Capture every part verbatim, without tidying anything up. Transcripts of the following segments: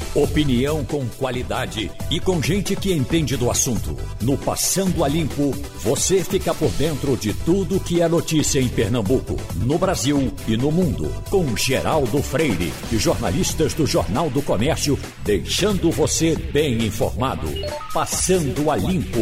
Opinião com qualidade e com gente que entende do assunto. No Passando a Limpo, você fica por dentro de tudo que é notícia em Pernambuco, no Brasil e no mundo. Com Geraldo Freire e jornalistas do Jornal do Comércio, deixando você bem informado. Passando a Limpo.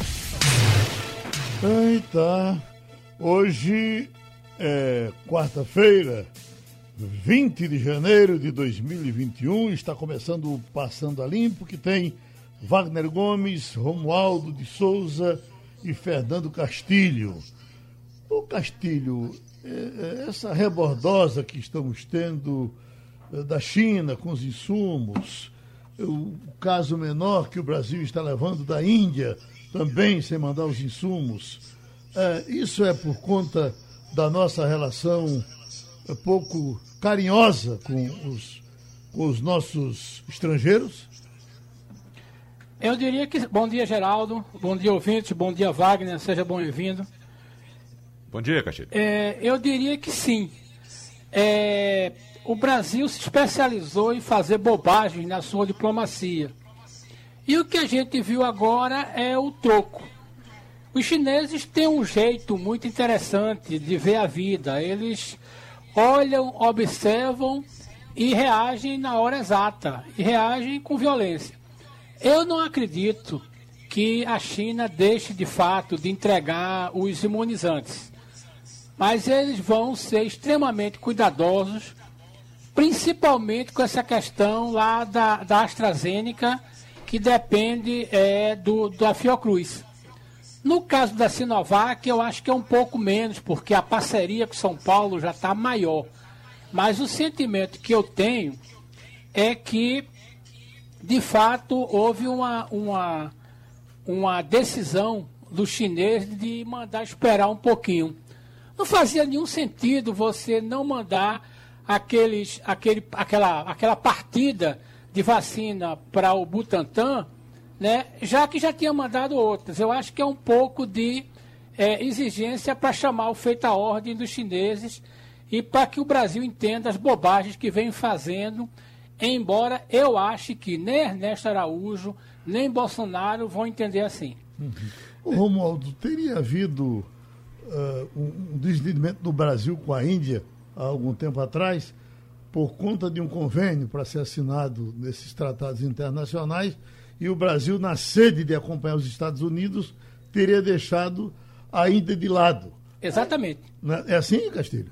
Eita, hoje é quarta-feira, vinte de janeiro de dois mil e vinte e um, está começando o Passando a Limpo, que tem Wagner Gomes, Romualdo de Souza e Fernando Castilho. O Castilho, essa rebordosa que estamos tendo da China com os insumos, o caso menor que o Brasil está levando da Índia, também sem mandar os insumos, é, isso é por conta da nossa relação pouco carinhosa com os, com os nossos estrangeiros? Eu diria que... Bom dia, Geraldo. Bom dia, ouvinte. Bom dia, Wagner. Seja bem-vindo. Bom dia, Castilho. É, eu diria que sim. É, o Brasil se especializou em fazer bobagens na sua diplomacia. E o que a gente viu agora é o troco. Os chineses têm um jeito muito interessante de ver a vida. Eles olham, observam e reagem na hora exata. E reagem com violência. Eu não acredito que a China deixe de fato de entregar os imunizantes. Mas eles vão ser extremamente cuidadosos, principalmente com essa questão lá da, da AstraZeneca, que depende é, do, da Fiocruz. No caso da Sinovac, eu acho que é um pouco menos, porque a parceria com São Paulo já está maior. Mas o sentimento que eu tenho é que, de fato, houve uma, uma, uma decisão do chinês de mandar esperar um pouquinho. Não fazia nenhum sentido você não mandar aqueles, aquele, aquela, aquela partida de vacina para o Butantan, né, já que já tinha mandado outras. Eu acho que é um pouco de é, exigência para chamar o feito à ordem dos chineses e para que o Brasil entenda as bobagens que vem fazendo, embora eu ache que nem Ernesto Araújo, nem Bolsonaro vão entender assim. Uhum. Ô, Romualdo, teria havido uh, um desentendimento do Brasil com a Índia há algum tempo atrás, por conta de um convênio para ser assinado nesses tratados internacionais, e o Brasil, na sede de acompanhar os Estados Unidos, teria deixado a Índia de lado. Exatamente. É, é assim, Castilho?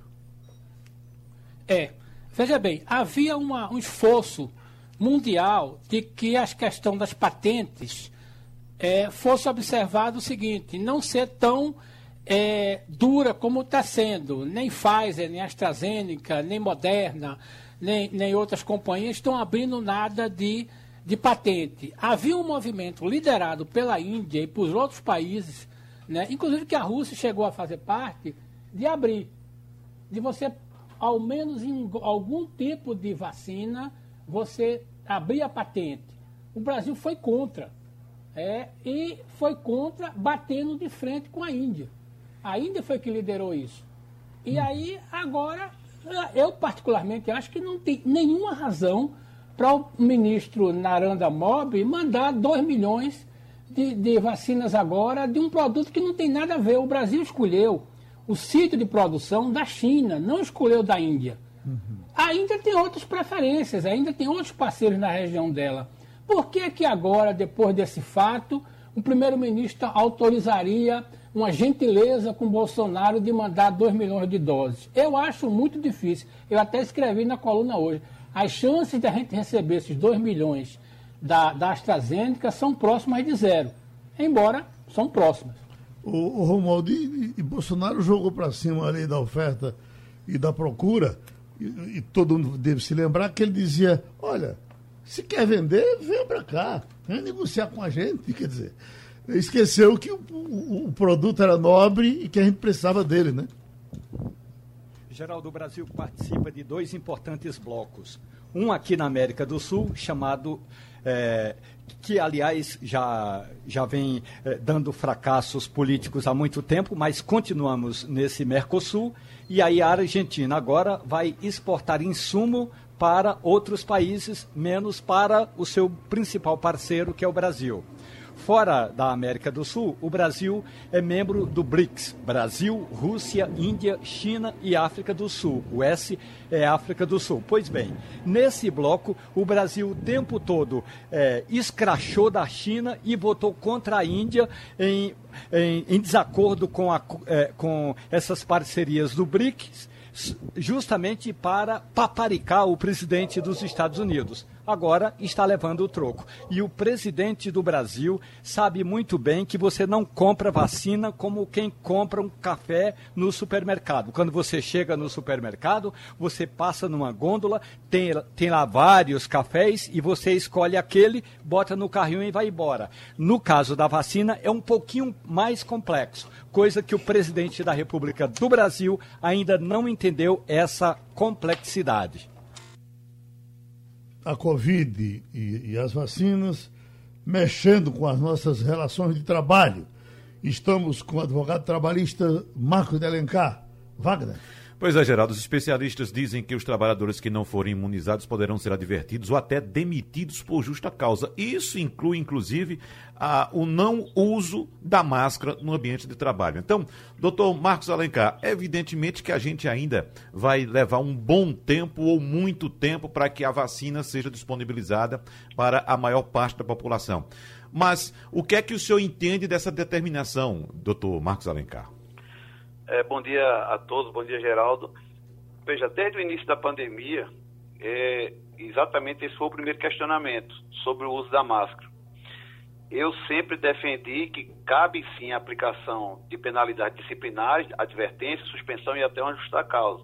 É. Veja bem, havia uma, um esforço mundial de que a questão das patentes é, fosse observado o seguinte, não ser tão É, dura como está sendo. Nem Pfizer, nem AstraZeneca, nem Moderna, nem, nem outras companhias estão abrindo nada de, de patente. Havia um movimento liderado pela Índia e por outros países, né, inclusive que a Rússia chegou a fazer parte, de abrir, de você, ao menos em algum tipo de vacina, você abrir a patente. O Brasil foi contra. É, e foi contra, batendo de frente com a Índia. A Índia foi que liderou isso. E aí, agora, eu particularmente acho que não tem nenhuma razão para o ministro Narendra Modi mandar dois milhões de, de vacinas agora de um produto que não tem nada a ver. O Brasil escolheu o sítio de produção da China, não escolheu da Índia. Uhum. A Índia tem outras preferências, a Índia tem outros parceiros na região dela. Por que que agora, depois desse fato, o primeiro-ministro autorizaria uma gentileza com Bolsonaro de mandar dois milhões de doses? Eu acho muito difícil. Eu até escrevi na coluna hoje. As chances de a gente receber esses dois milhões da, da AstraZeneca são próximas de zero. Embora são próximas. O, o Romualdo, e, e Bolsonaro jogou para cima a lei da oferta e da procura, e, e todo mundo deve se lembrar que ele dizia, olha, se quer vender, vem para cá, vem negociar com a gente, quer dizer... Esqueceu que o, o, o produto era nobre e que a gente precisava dele, né? Geraldo, o Brasil participa de dois importantes blocos. Um aqui na América do Sul, chamado, é, que aliás já, já vem é, dando fracassos políticos há muito tempo, mas continuamos nesse Mercosul. E aí a Argentina agora vai exportar insumo para outros países, menos para o seu principal parceiro, que é o Brasil. Fora da América do Sul, o Brasil é membro do BRICS, Brasil, Rússia, Índia, China e África do Sul. O S é África do Sul. Pois bem, nesse bloco, o Brasil o tempo todo é, escrachou da China e votou contra a Índia em, em, em desacordo com, a, é, com essas parcerias do BRICS, justamente para paparicar o presidente dos Estados Unidos. Agora está levando o troco. E o presidente do Brasil sabe muito bem que você não compra vacina como quem compra um café no supermercado. Quando você chega no supermercado, você passa numa gôndola, tem, tem lá vários cafés e você escolhe aquele, bota no carrinho e vai embora. No caso da vacina, é um pouquinho mais complexo, coisa que o presidente da República do Brasil ainda não entendeu essa complexidade. A Covid e, e as vacinas mexendo com as nossas relações de trabalho. Estamos com o advogado trabalhista Marcos de Alencar. Wagner. Pois é, Geraldo, os especialistas dizem que os trabalhadores que não forem imunizados poderão ser advertidos ou até demitidos por justa causa. Isso inclui, inclusive, a, o não uso da máscara no ambiente de trabalho. Então, doutor Marcos Alencar, evidentemente que a gente ainda vai levar um bom tempo ou muito tempo para que a vacina seja disponibilizada para a maior parte da população. Mas o que é que o senhor entende dessa determinação, doutor Marcos Alencar? É, bom dia a todos, bom dia, Geraldo. Veja, desde o início da pandemia, é, exatamente esse foi o primeiro questionamento sobre o uso da máscara. Eu sempre defendi que cabe sim a aplicação de penalidades disciplinares, advertência, suspensão e até uma justa causa.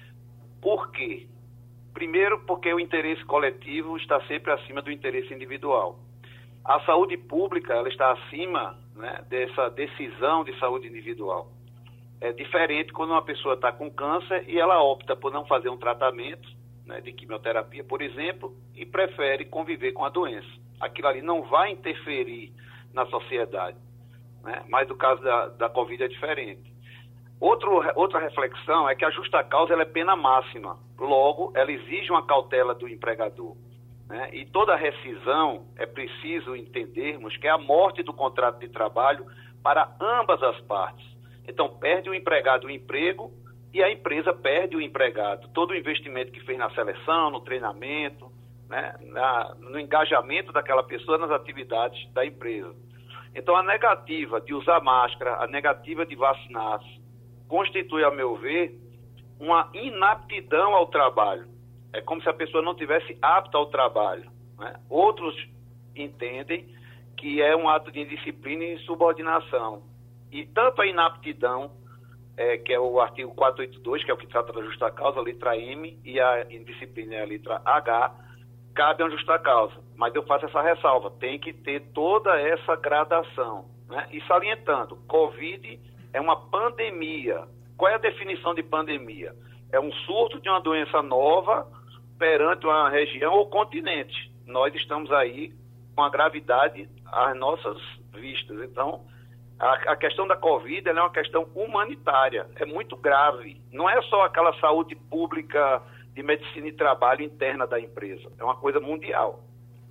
Por quê? Primeiro, porque o interesse coletivo está sempre acima do interesse individual. A saúde pública, ela está acima, né, dessa decisão de saúde individual. É diferente quando uma pessoa está com câncer e ela opta por não fazer um tratamento, né, de quimioterapia, por exemplo, e prefere conviver com a doença. Aquilo ali não vai interferir na sociedade, né? Mas o caso da, da Covid é diferente. Outro, outra reflexão é que a justa causa ela é pena máxima. Logo, ela exige uma cautela do empregador, né? E toda rescisão é preciso entendermos que é a morte do contrato de trabalho para ambas as partes. Então, perde o empregado o emprego e a empresa perde o empregado. Todo o investimento que fez na seleção, no treinamento, né, na, no engajamento daquela pessoa nas atividades da empresa. Então, a negativa de usar máscara, a negativa de vacinar-se, constitui, a meu ver, uma inaptidão ao trabalho. É como se a pessoa não tivesse apta ao trabalho, né? Outros entendem que é um ato de indisciplina e insubordinação. E tanto a inaptidão, é, que é o artigo quatrocentos e oitenta e dois, que é o que trata da justa causa, a letra M, e a indisciplina é a letra H, cabe a justa causa. Mas eu faço essa ressalva, tem que ter toda essa gradação, né? E salientando, Covid é uma pandemia. Qual é a definição de pandemia? É um surto de uma doença nova perante uma região ou continente. Nós estamos aí com a gravidade às nossas vistas. Então, a, a questão da Covid ela é uma questão humanitária, é muito grave. Não é só aquela saúde pública de medicina e trabalho interna da empresa, é uma coisa mundial.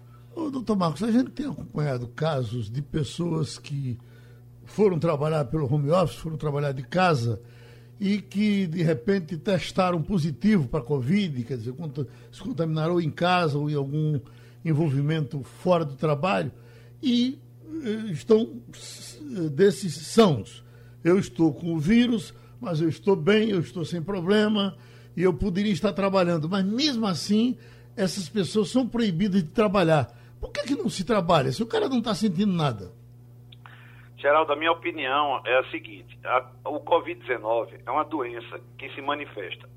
Ô, doutor Marcos, a gente tem acompanhado casos de pessoas que foram trabalhar pelo home office, foram trabalhar de casa e que, de repente, testaram positivo para a Covid, quer dizer, se contaminaram em casa ou em algum envolvimento fora do trabalho e estão desses sãos. Eu estou com o vírus, mas eu estou bem, eu estou sem problema e eu poderia estar trabalhando. Mas, mesmo assim, essas pessoas são proibidas de trabalhar. Por que que não se trabalha se o cara não está sentindo nada? Geraldo, a minha opinião é a seguinte, a, o covid dezenove é uma doença que se manifesta.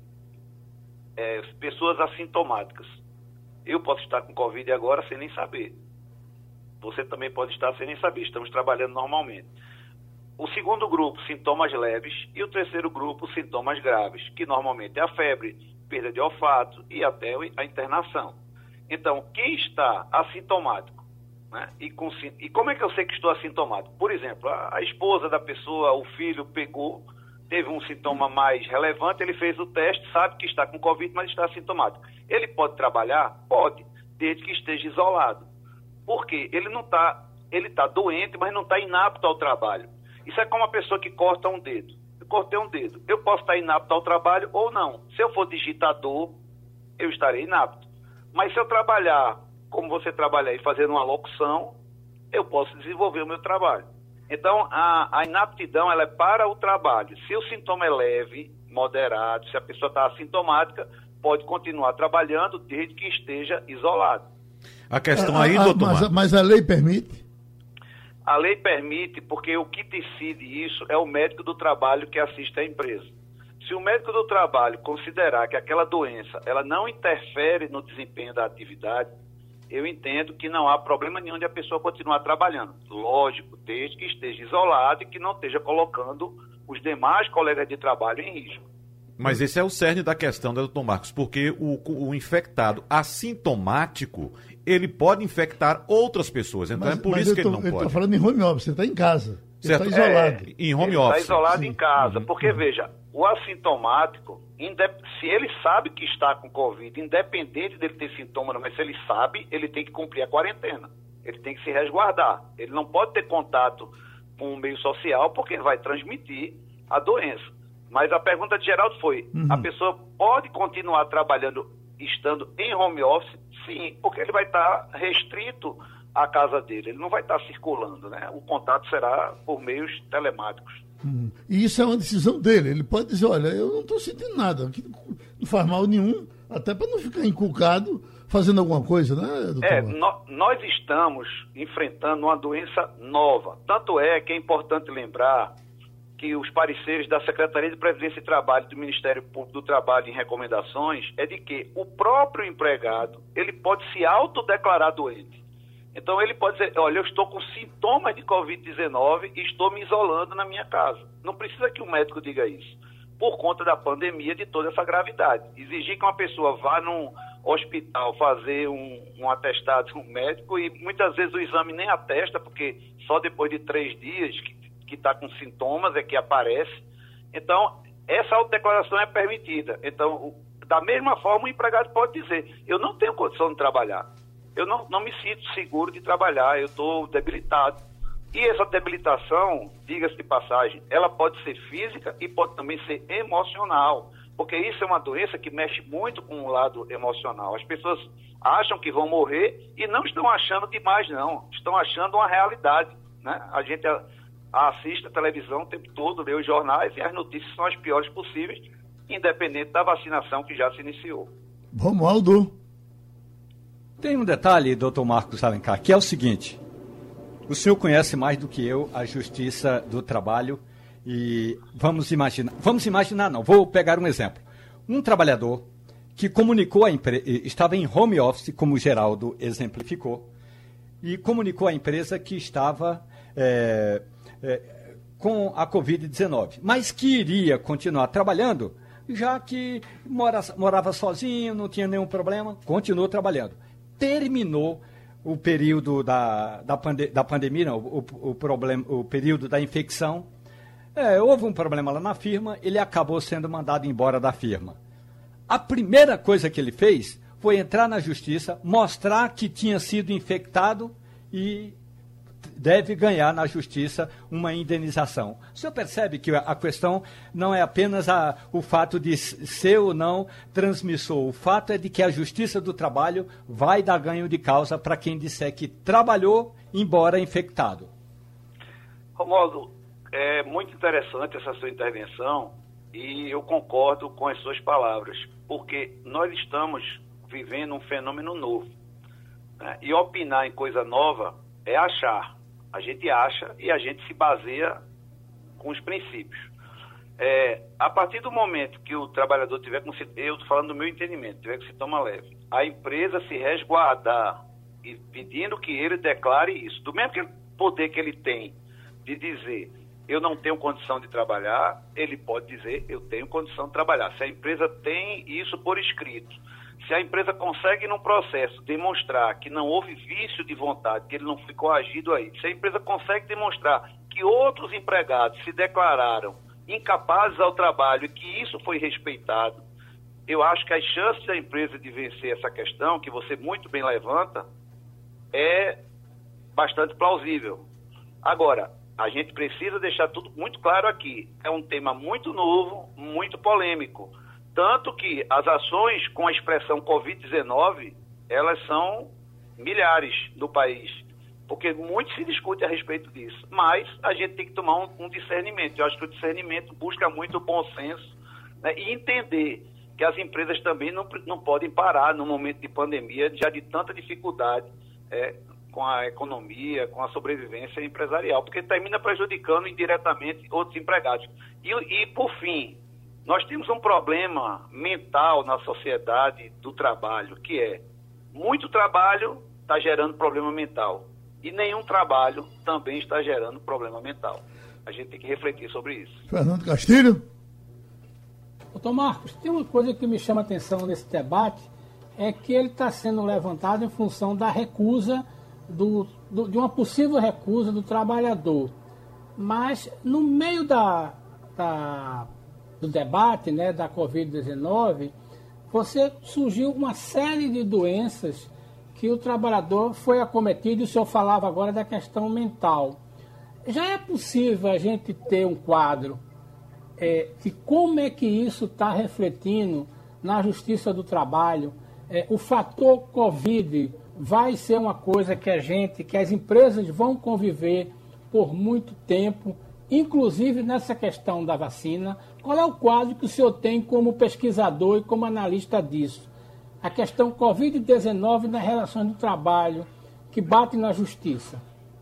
É, pessoas assintomáticas. Eu posso estar com Covid agora sem nem saber. Você também pode estar sem nem saber. Estamos trabalhando normalmente. O segundo grupo, sintomas leves, e o terceiro grupo, sintomas graves, que normalmente é a febre, perda de olfato e até a internação. Então, quem está assintomático, né? E, com, e como é que eu sei que estou assintomático? Por exemplo, a, a esposa da pessoa, o filho pegou, teve um sintoma mais relevante, ele fez o teste, sabe que está com Covid, mas está assintomático. Ele pode trabalhar? Pode, desde que esteja isolado. Por quê? Ele não está, ele está doente, mas não está inapto ao trabalho. Isso é como uma pessoa que corta um dedo. Eu cortei um dedo. Eu posso estar inapto ao trabalho ou não. Se eu for digitador, eu estarei inapto. Mas se eu trabalhar, como você trabalha aí, fazendo uma locução, eu posso desenvolver o meu trabalho. Então, a, a inaptidão ela é para o trabalho. Se o sintoma é leve, moderado, se a pessoa está assintomática, pode continuar trabalhando desde que esteja isolado. A questão aí, a, a, doutor mas, Marcos. mas a lei permite? A lei permite, porque o que decide isso é o médico do trabalho que assiste à empresa. Se o médico do trabalho considerar que aquela doença ela não interfere no desempenho da atividade, eu entendo que não há problema nenhum de a pessoa continuar trabalhando. Lógico, desde que esteja isolado e que não esteja colocando os demais colegas de trabalho em risco. Mas esse é o cerne da questão, né, doutor Marcos? Porque o, o infectado assintomático, ele pode infectar outras pessoas. Então mas, é por mas isso que tô, ele não eu pode. Eu estou falando em home office, você está em casa. Certo. Ele está isolado. É, em home ele office. Está isolado Sim. em casa, Uhum. porque, veja, o assintomático, se ele sabe que está com Covid, independente dele ter sintomas, mas se ele sabe, ele tem que cumprir a quarentena. Ele tem que se resguardar. Ele não pode ter contato com o meio social, porque vai transmitir a doença. Mas a pergunta de Geraldo foi, uhum. a pessoa pode continuar trabalhando estando em home office? Sim, porque ele vai estar restrito à casa dele, ele não vai estar circulando, né? O contato será por meios telemáticos. Hum. E isso é uma decisão dele. Ele pode dizer, olha, eu não estou sentindo nada, aqui não faz mal nenhum, até para não ficar inculcado fazendo alguma coisa, né, doutor? É, no, nós estamos enfrentando uma doença nova. Tanto é que é importante lembrar que os pareceres da Secretaria de Previdência e Trabalho do Ministério Público do Trabalho em recomendações é de que o próprio empregado, ele pode se autodeclarar doente. Então ele pode dizer, olha, eu estou com sintomas de covid dezenove e estou me isolando na minha casa. Não precisa que o médico diga isso, por conta da pandemia, de toda essa gravidade. Exigir que uma pessoa vá num hospital fazer um, um atestado com um médico e muitas vezes o exame nem atesta, porque só depois de três dias que está com sintomas é que aparece. Então, essa autodeclaração é permitida. Então, o, da mesma forma, o empregado pode dizer, eu não tenho condição de trabalhar. Eu não, não me sinto seguro de trabalhar, eu estou debilitado. E essa debilitação, diga-se de passagem, ela pode ser física e pode também ser emocional, porque isso é uma doença que mexe muito com o lado emocional. As pessoas acham que vão morrer e não estão achando demais, não. Estão achando uma realidade, né? A gente assiste a televisão o tempo todo, lê os jornais e as notícias são as piores possíveis, independente da vacinação que já se iniciou. Romualdo. Tem um detalhe, doutor Marcos Alencar, que é o seguinte: o senhor conhece mais do que eu a Justiça do Trabalho e vamos imaginar, vamos imaginar não, vou pegar um exemplo. Um trabalhador que comunicou a empresa, estava em home office, como o Geraldo exemplificou, e comunicou à empresa que estava é, é, com a covid dezenove, mas que iria continuar trabalhando, já que mora, morava sozinho, não tinha nenhum problema, continuou trabalhando. Terminou o período da, da, pande, da pandemia, não, o, o, problema, o período da infecção, é, houve um problema lá na firma, ele acabou sendo mandado embora da firma. A primeira coisa que ele fez foi entrar na justiça, mostrar que tinha sido infectado e deve ganhar na justiça uma indenização. O senhor percebe que a questão não é apenas a, o fato de ser ou não transmissor, o fato é de que a Justiça do Trabalho vai dar ganho de causa para quem disser que trabalhou, embora infectado. Romualdo, é muito interessante essa sua intervenção e eu concordo com as suas palavras, porque nós estamos vivendo um fenômeno novo, né? E opinar em coisa nova é achar. A gente acha e a gente se baseia com os princípios. É, a partir do momento que o trabalhador tiver com, eu estou falando do meu entendimento, tiver com sintoma leve, a empresa se resguardar e pedindo que ele declare isso, do mesmo que poder que ele tem de dizer, eu não tenho condição de trabalhar, ele pode dizer, eu tenho condição de trabalhar. Se a empresa tem isso por escrito, se a empresa consegue, num processo, demonstrar que não houve vício de vontade, que ele não foi coagido aí, se a empresa consegue demonstrar que outros empregados se declararam incapazes ao trabalho, e que isso foi respeitado, eu acho que as chances da empresa de vencer essa questão, que você muito bem levanta, é bastante plausível. Agora, a gente precisa deixar tudo muito claro aqui. É um tema muito novo, muito polêmico. Tanto que as ações com a expressão covid dezenove, elas são milhares no país. Porque muito se discute a respeito disso. Mas a gente tem que tomar um, um discernimento. Eu acho que o discernimento busca muito o bom senso, né, e entender que as empresas também não, não podem parar no momento de pandemia, já de tanta dificuldade é, com a economia, com a sobrevivência empresarial, porque termina prejudicando indiretamente outros empregados. E, e, por fim, nós temos um problema mental na sociedade do trabalho, que é muito trabalho está gerando problema mental e nenhum trabalho também está gerando problema mental. A gente tem que refletir sobre isso. Fernando Castilho. Doutor Marcos, tem uma coisa que me chama a atenção nesse debate, é que ele está sendo levantado em função da recusa, do, do, de uma possível recusa do trabalhador. Mas, no meio da, da, do debate, né, da covid dezenove, você surgiu uma série de doenças que o trabalhador foi acometido, e o senhor falava agora da questão mental. Já é possível a gente ter um quadro É, de como é que isso está refletindo na Justiça do Trabalho? É, o fator Covid vai ser uma coisa que a gente, que as empresas vão conviver por muito tempo, inclusive nessa questão da vacina. Qual é o quadro que o senhor tem como pesquisador e como analista disso? A questão covid dezenove nas relações do trabalho, que bate na Justiça.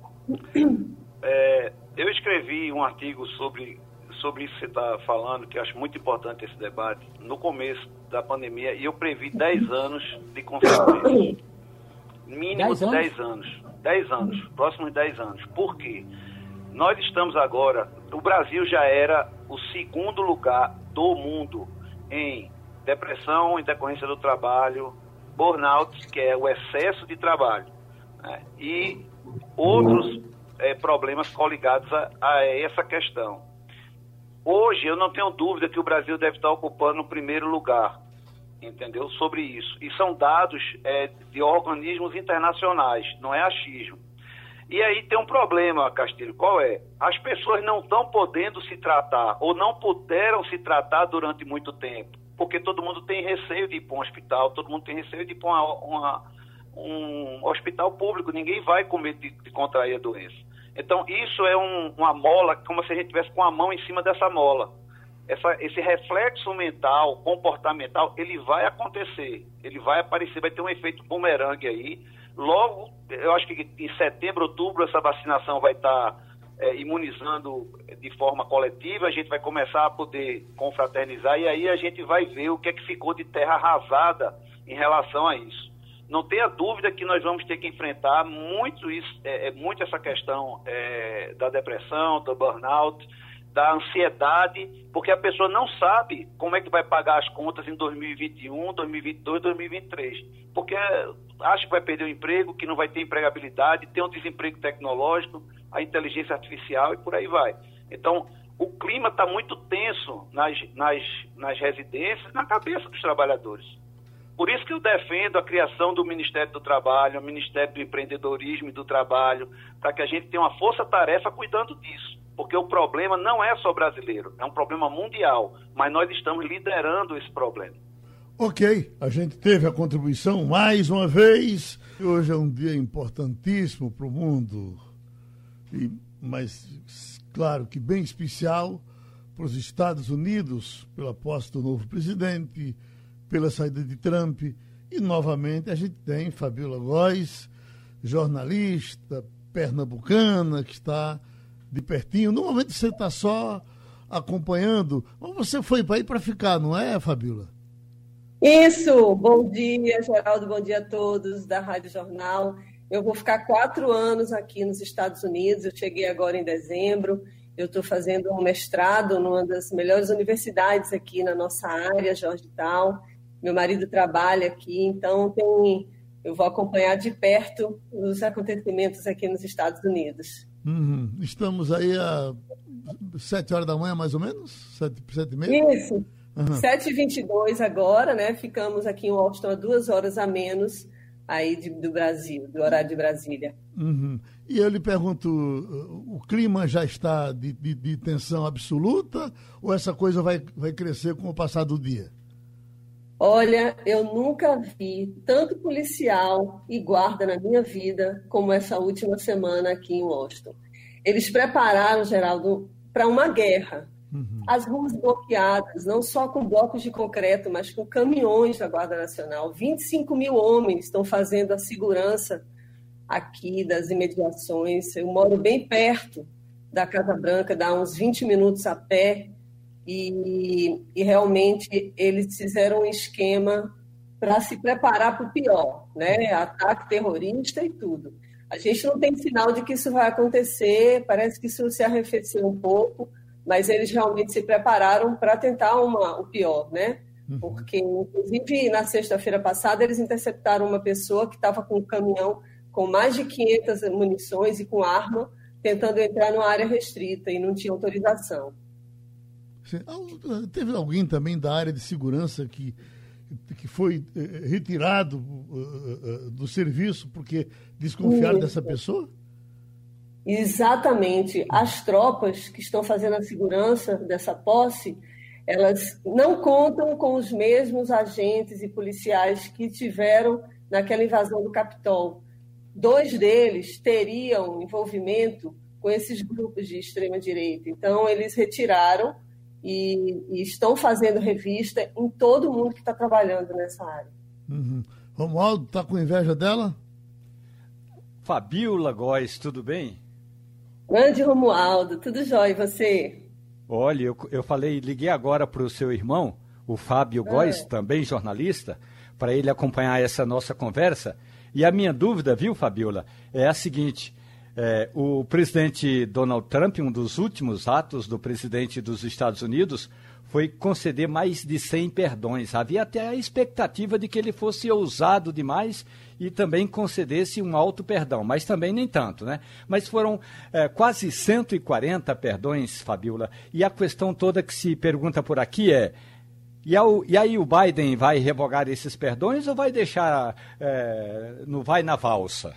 É, eu escrevi um artigo sobre... sobre isso que você está falando, que eu acho muito importante esse debate, no começo da pandemia, e eu previ dez anos de consequências. Mínimo de dez anos. dez anos, próximos dez anos. Por quê? Nós estamos agora, o Brasil já era o segundo lugar do mundo em depressão em decorrência do trabalho, burnout, que é o excesso de trabalho, né, e outros é, problemas coligados a, a essa questão. Hoje, eu não tenho dúvida que o Brasil deve estar ocupando o primeiro lugar, entendeu? Sobre isso. E são dados é, de organismos internacionais, não é achismo. E aí tem um problema, Castilho, qual é? As pessoas não estão podendo se tratar, ou não puderam se tratar durante muito tempo, porque todo mundo tem receio de ir para um hospital, todo mundo tem receio de ir para uma, uma, um hospital público, ninguém vai com medo de, de contrair a doença. Então, isso é um, uma mola, como se a gente estivesse com a mão em cima dessa mola. Essa, esse reflexo mental, comportamental, ele vai acontecer, ele vai aparecer, vai ter um efeito bumerangue aí. Logo, eu acho que em setembro, outubro, essa vacinação vai estar é, imunizando de forma coletiva, a gente vai começar a poder confraternizar, e aí a gente vai ver o que é que ficou de terra arrasada em relação a isso. Não tenha dúvida que nós vamos ter que enfrentar muito, isso, é, muito essa questão é, da depressão, do burnout, da ansiedade, porque a pessoa não sabe como é que vai pagar as contas em dois mil e vinte e um, dois mil e vinte e dois, dois mil e vinte e três. Porque acha que vai perder o emprego, que não vai ter empregabilidade, tem um desemprego tecnológico, a inteligência artificial e por aí vai. Então, o clima está muito tenso nas, nas, nas residências, na cabeça dos trabalhadores. Por isso que eu defendo a criação do Ministério do Trabalho, o Ministério do Empreendedorismo e do Trabalho, para que a gente tenha uma força-tarefa cuidando disso. Porque o problema não é só brasileiro, é um problema mundial, mas nós estamos liderando esse problema. Ok, a gente teve a contribuição mais uma vez. Hoje é um dia importantíssimo para o mundo, e, mas claro que bem especial para os Estados Unidos, pela posse do novo presidente, pela saída de Trump. E, novamente, a gente tem Fabiola Góes, jornalista pernambucana, que está de pertinho. No momento você está só acompanhando, mas você foi para aí para ficar, não é, Fabiola? Isso, bom dia, Geraldo, bom dia a todos da Rádio Jornal. Eu vou ficar quatro anos aqui nos Estados Unidos, eu cheguei agora em dezembro, eu estou fazendo um mestrado numa das melhores universidades aqui na nossa área, Georgetown. Meu marido trabalha aqui, então tem, eu vou acompanhar de perto os acontecimentos aqui nos Estados Unidos. Uhum. Estamos aí a sete horas da manhã, mais ou menos? Sete, sete e meia? Isso. Uhum. sete e vinte e dois agora, né? Ficamos aqui em Washington a duas horas a menos aí de, do Brasil, do horário de Brasília. Uhum. E eu lhe pergunto, o clima já está de, de, de tensão absoluta ou essa coisa vai, vai crescer com o passar do dia? Olha, eu nunca vi tanto policial e guarda na minha vida como essa última semana aqui em Washington. Eles prepararam, Geraldo, para uma guerra. Uhum. As ruas bloqueadas, não só com blocos de concreto, mas com caminhões da Guarda Nacional. vinte e cinco mil homens estão fazendo a segurança aqui das imediações. Eu moro bem perto da Casa Branca, dá uns vinte minutos a pé. E, e realmente eles fizeram um esquema para se preparar para o pior, né? Ataque terrorista e tudo. A gente não tem sinal de que isso vai acontecer, parece que isso se arrefeceu um pouco, mas eles realmente se prepararam para tentar uma, o pior, né? Porque, inclusive, na sexta-feira passada, eles interceptaram uma pessoa que estava com um caminhão com mais de quinhentas munições e com arma, tentando entrar numa área restrita e não tinha autorização. Teve alguém também da área de segurança que, que foi eh, retirado uh, do serviço porque desconfiaram Isso. dessa pessoa? Exatamente. As tropas que estão fazendo a segurança dessa posse, elas não contam com os mesmos agentes e policiais que tiveram naquela invasão do Capitólio. Dois deles teriam envolvimento com esses grupos de extrema-direita. Então, eles retiraram E, e estão fazendo revista em todo mundo que está trabalhando nessa área. Uhum. Romualdo, está com inveja dela? Fabiola Góes, tudo bem? Grande Romualdo, tudo jóia, e você? Olha, eu, eu falei, liguei agora para o seu irmão, o Fábio ah. Góes, também jornalista, para ele acompanhar essa nossa conversa. E a minha dúvida, viu, Fabiola, é a seguinte... É, o presidente Donald Trump, um dos últimos atos do presidente dos Estados Unidos, foi conceder mais de cem perdões. Havia até a expectativa de que ele fosse ousado demais e também concedesse um alto perdão, mas também nem tanto, né? Mas foram é, quase cento e quarenta perdões, Fabiola, e a questão toda que se pergunta por aqui é: E, ao, e aí o Biden vai revogar esses perdões ou vai deixar, é, no vai na valsa?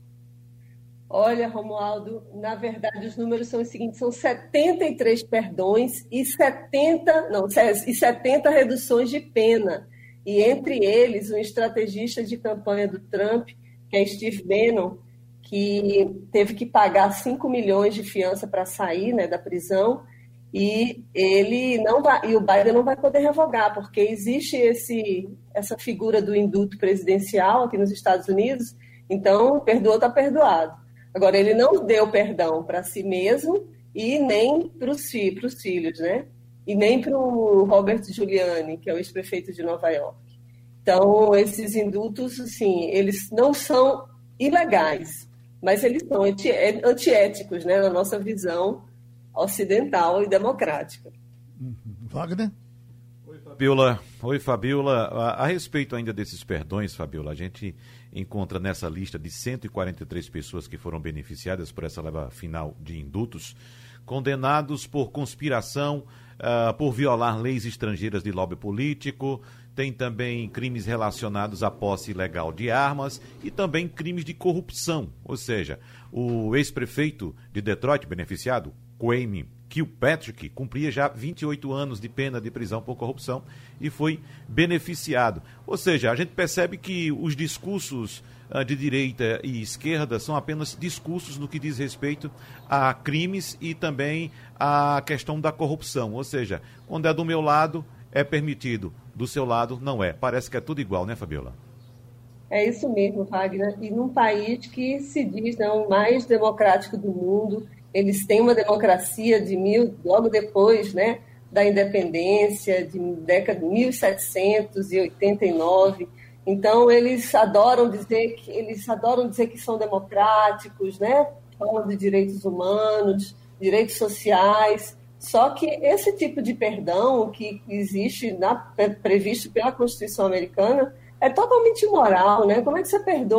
Olha, Romualdo, na verdade os números são os seguintes, são setenta e três perdões e setenta, não, e setenta reduções de pena. E entre eles, um estrategista de campanha do Trump, que é Steve Bannon, que teve que pagar cinco milhões de fiança para sair, né, da prisão, e ele não vai, e o Biden não vai poder revogar, porque existe esse, essa figura do indulto presidencial aqui nos Estados Unidos, então perdoou, está perdoado. Agora, ele não deu perdão para si mesmo e nem para os filhos, né? E nem para o Robert Giuliani, que é o ex-prefeito de Nova York. Então, esses indultos, assim, eles não são ilegais, mas eles são antiéticos, né? Na nossa visão ocidental e democrática. Wagner? Oi, Fabiola. Oi, Fabiola. A, a respeito ainda desses perdões, Fabiola, a gente encontra nessa lista de cento e quarenta e três pessoas que foram beneficiadas por essa leva final de indultos, condenados por conspiração, uh, por violar leis estrangeiras de lobby político, tem também crimes relacionados à posse ilegal de armas e também crimes de corrupção, ou seja, o ex-prefeito de Detroit, beneficiado, Kwame Kilpatrick, cumpria já vinte e oito anos de pena de prisão por corrupção e foi beneficiado. Ou seja, a gente percebe que os discursos uh, de direita e esquerda são apenas discursos no que diz respeito a crimes e também a questão da corrupção. Ou seja, quando é do meu lado, é permitido, do seu lado, não é. Parece que é tudo igual, né, Fabiola? É isso mesmo, Wagner. E num país que se diz, né, o mais democrático do mundo, eles têm uma democracia de mil, logo depois, né, da independência, de década de mil setecentos e oitenta e nove. Então, eles adoram dizer que, eles adoram dizer que são democráticos, né? Falam de direitos humanos, direitos sociais. Só que esse tipo de perdão que existe, na, previsto pela Constituição americana, é totalmente imoral, né? Como é que você perdoa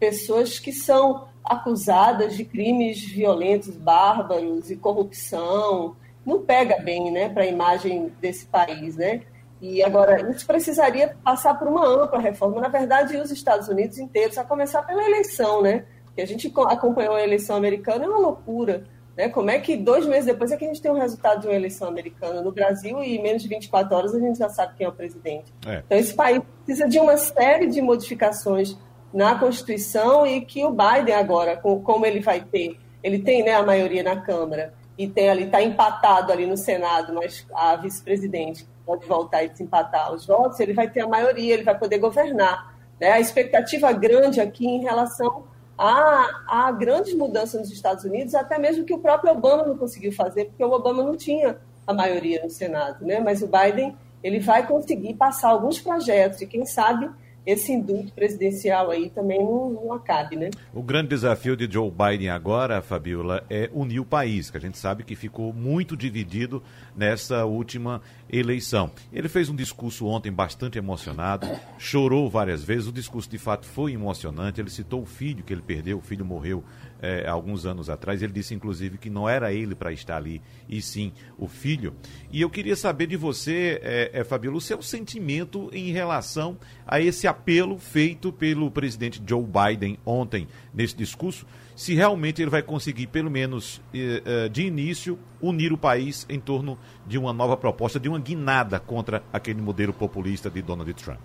pessoas que são acusadas de crimes violentos, bárbaros e corrupção. Não pega bem, né, para a imagem desse país, né? E agora, isso precisaria passar por uma ampla reforma. Na verdade, os Estados Unidos inteiros, a começar pela eleição, né? Que a gente acompanhou a eleição americana, é uma loucura, né? Como é que dois meses depois é que a gente tem o resultado de uma eleição americana no Brasil e em menos de vinte e quatro horas a gente já sabe quem é o presidente. É. Então, esse país precisa de uma série de modificações na Constituição e que o Biden agora, como ele vai ter, ele tem, né, a maioria na Câmara e tem ali, está empatado ali no Senado, mas a vice-presidente pode voltar e desempatar os votos, ele vai ter a maioria, ele vai poder governar, né? A expectativa grande aqui em relação a, a grandes mudanças nos Estados Unidos, até mesmo que o próprio Obama não conseguiu fazer, porque o Obama não tinha a maioria no Senado, né? Mas o Biden, ele vai conseguir passar alguns projetos e quem sabe esse indulto presidencial aí também não, não acabe, né? O grande desafio de Joe Biden agora, Fabiola, é unir o país, que a gente sabe que ficou muito dividido nessa última eleição. Ele fez um discurso ontem bastante emocionado, chorou várias vezes, o discurso de fato foi emocionante, ele citou o filho que ele perdeu, o filho morreu é, há alguns anos atrás, ele disse inclusive que não era ele para estar ali, e sim o filho. E eu queria saber de você, é, é, Fabiola, o seu sentimento em relação a esse apelo feito pelo presidente Joe Biden ontem nesse discurso, se realmente ele vai conseguir, pelo menos de início, unir o país em torno de uma nova proposta, de uma guinada contra aquele modelo populista de Donald Trump.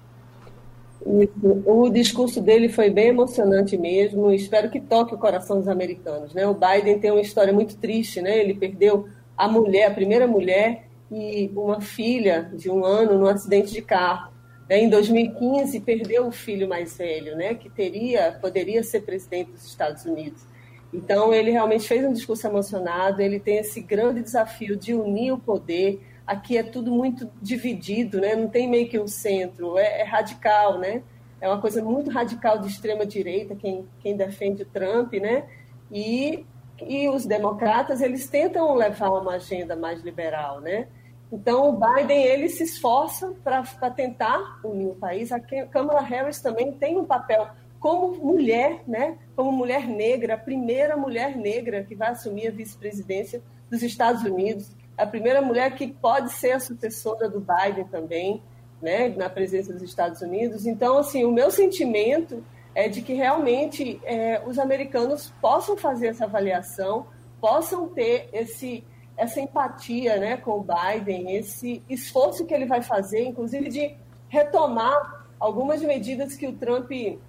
Isso. O discurso dele foi bem emocionante mesmo, espero que toque o coração dos americanos, né? O Biden tem uma história muito triste, né? Ele perdeu a mulher, a primeira mulher e uma filha de um ano num acidente de carro. Em dois mil e quinze, perdeu o filho mais velho, né, que teria, poderia ser presidente dos Estados Unidos. Então, ele realmente fez um discurso emocionado, ele tem esse grande desafio de unir o poder. Aqui é tudo muito dividido, né, não tem meio que um centro, é, é radical, né, é uma coisa muito radical de extrema-direita, quem, quem defende o Trump, né, e, e os democratas, eles tentam levar uma agenda mais liberal, né. Então, o Biden, ele se esforça para tentar unir o país. A Kamala Harris também tem um papel como mulher, né? Como mulher negra, a primeira mulher negra que vai assumir a vice-presidência dos Estados Unidos, a primeira mulher que pode ser a sucessora do Biden também, né? Na presença dos Estados Unidos. Então, assim, o meu sentimento é de que realmente é, os americanos possam fazer essa avaliação, possam ter esse... essa empatia, né, com o Biden, esse esforço que ele vai fazer, inclusive de retomar algumas medidas que o Trump é,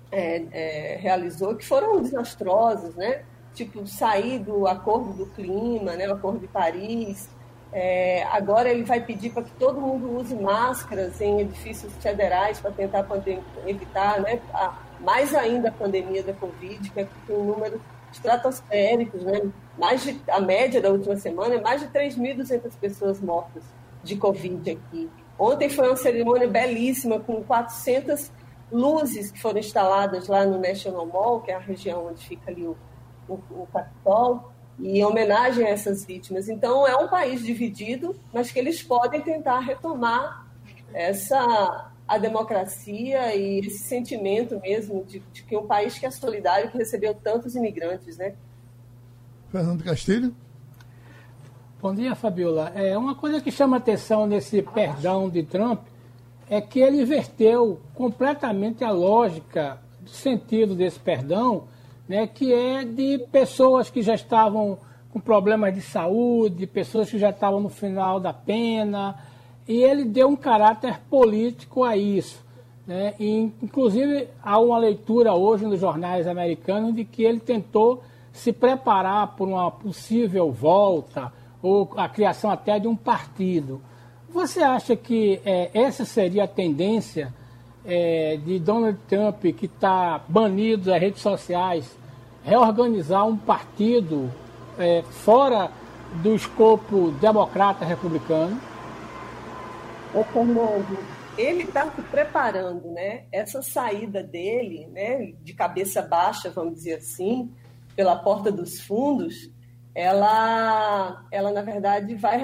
é, realizou, que foram desastrosas, né? Tipo, sair do Acordo do Clima, né, o Acordo de Paris. É, agora ele vai pedir para que todo mundo use máscaras em edifícios federais para tentar evitar, né, a, mais ainda a pandemia da Covid, que é um número estratosféricos, né? Mais de, a média da última semana é mais de três mil e duzentas pessoas mortas de Covid aqui. Ontem foi uma cerimônia belíssima com quatrocentas luzes que foram instaladas lá no National Mall, que é a região onde fica ali o, o, o Capitólio, e em homenagem a essas vítimas. Então, é um país dividido, mas que eles podem tentar retomar essa... a democracia e esse sentimento mesmo de, de que um país que é solidário, que recebeu tantos imigrantes, né? Fernando Castilho. Bom dia, Fabiola. É, uma coisa que chama atenção nesse perdão de Trump é que ele inverteu completamente a lógica do sentido desse perdão, né, que é de pessoas que já estavam com problemas de saúde, pessoas que já estavam no final da pena, e ele deu um caráter político a isso, né? E, inclusive, há uma leitura hoje nos jornais americanos de que ele tentou se preparar por uma possível volta ou a criação até de um partido. Você acha que é, essa seria a tendência é, de Donald Trump, que está banido das redes sociais, reorganizar um partido é, fora do escopo democrata-republicano? Ô, Fernando, ele está se preparando, né? Essa saída dele, né, de cabeça baixa, vamos dizer assim, pela porta dos fundos, ela, ela, na verdade, vai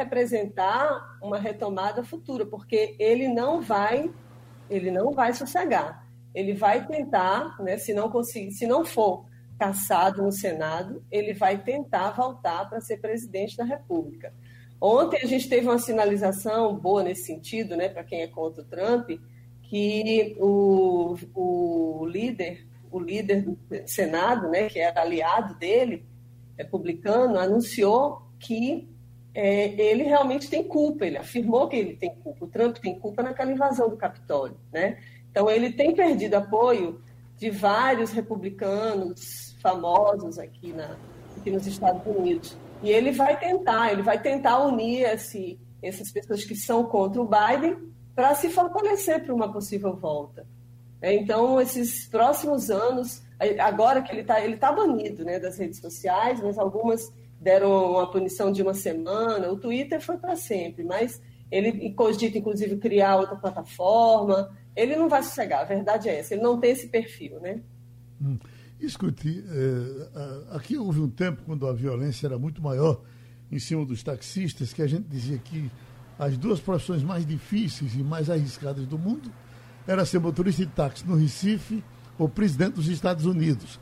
representar uma retomada futura, porque ele não vai, ele não vai sossegar. ele vai tentar, né, se não conseguir, se não for cassado no Senado, ele vai tentar voltar para ser presidente da República. Ontem a gente teve uma sinalização boa nesse sentido, né, para quem é contra o Trump, que o, o líder, o líder do Senado, né, que era aliado dele, republicano, anunciou que é, ele realmente tem culpa, ele afirmou que ele tem culpa, o Trump tem culpa naquela invasão do Capitólio, né? Então ele tem perdido apoio de vários republicanos famosos aqui, na, aqui nos Estados Unidos. E ele vai tentar, ele vai tentar unir esse, essas pessoas que são contra o Biden para se fortalecer para uma possível volta. Então, esses próximos anos, agora que ele está ele tá banido, né, das redes sociais, mas algumas deram uma punição de uma semana, o Twitter foi para sempre, mas ele cogita, inclusive, criar outra plataforma, ele não vai sossegar, a verdade é essa, ele não tem esse perfil, né? Hum. Escute, é, aqui houve um tempo quando a violência era muito maior em cima dos taxistas, que a gente dizia que as duas profissões mais difíceis e mais arriscadas do mundo era ser motorista de táxi no Recife ou presidente dos Estados Unidos.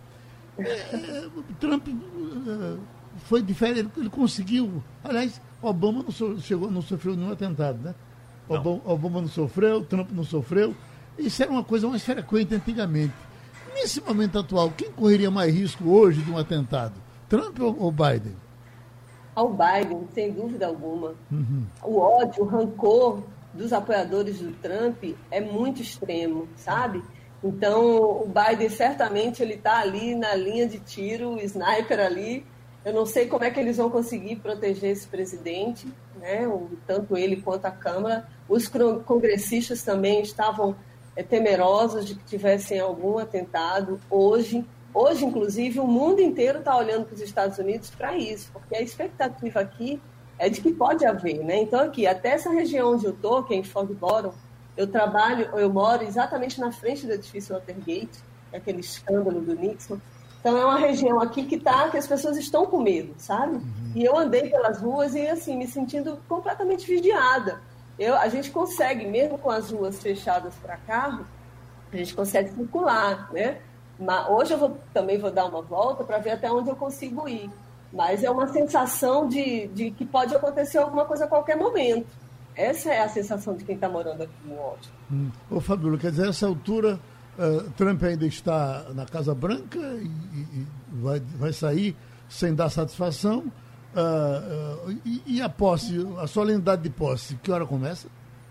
É, Trump é, foi diferente, ele conseguiu. Aliás, Obama não, so, chegou, não sofreu nenhum atentado, né? Não. Obama, Obama não sofreu, Trump não sofreu. Isso era uma coisa mais frequente antigamente. Nesse momento atual, quem correria mais risco hoje de um atentado? Trump ou, ou Biden? Ao Biden, sem dúvida alguma. Uhum. O ódio, o rancor dos apoiadores do Trump é muito extremo, sabe? Então, o Biden, certamente, ele está ali na linha de tiro, o sniper ali. Eu não sei como é que eles vão conseguir proteger esse presidente, né? Tanto ele quanto a Câmara. Os congressistas também estavam é, temerosos de que tivessem algum atentado hoje. Hoje, inclusive, o mundo inteiro está olhando para os Estados Unidos para isso, porque a expectativa aqui é de que pode haver, né? Então, aqui, até essa região onde eu estou, que é em Fog Bottom, eu trabalho, eu moro exatamente na frente do edifício Watergate, aquele escândalo do Nixon. Então, é uma região aqui que, tá, que as pessoas estão com medo, sabe? Uhum. E eu andei pelas ruas e, assim, me sentindo completamente vigiada. Eu, a gente consegue, mesmo com as ruas fechadas para carro, a gente consegue circular, né? Mas hoje eu vou, também vou dar uma volta para ver até onde eu consigo ir. Mas é uma sensação de, de que pode acontecer alguma coisa a qualquer momento. Essa é a sensação de quem está morando aqui no Washington. Hum. Ô, Fabíola, quer dizer, a essa altura, uh, Trump ainda está na Casa Branca e, e vai, vai sair sem dar satisfação. Uh, uh, e, e a posse, a solenidade de posse, que hora começa?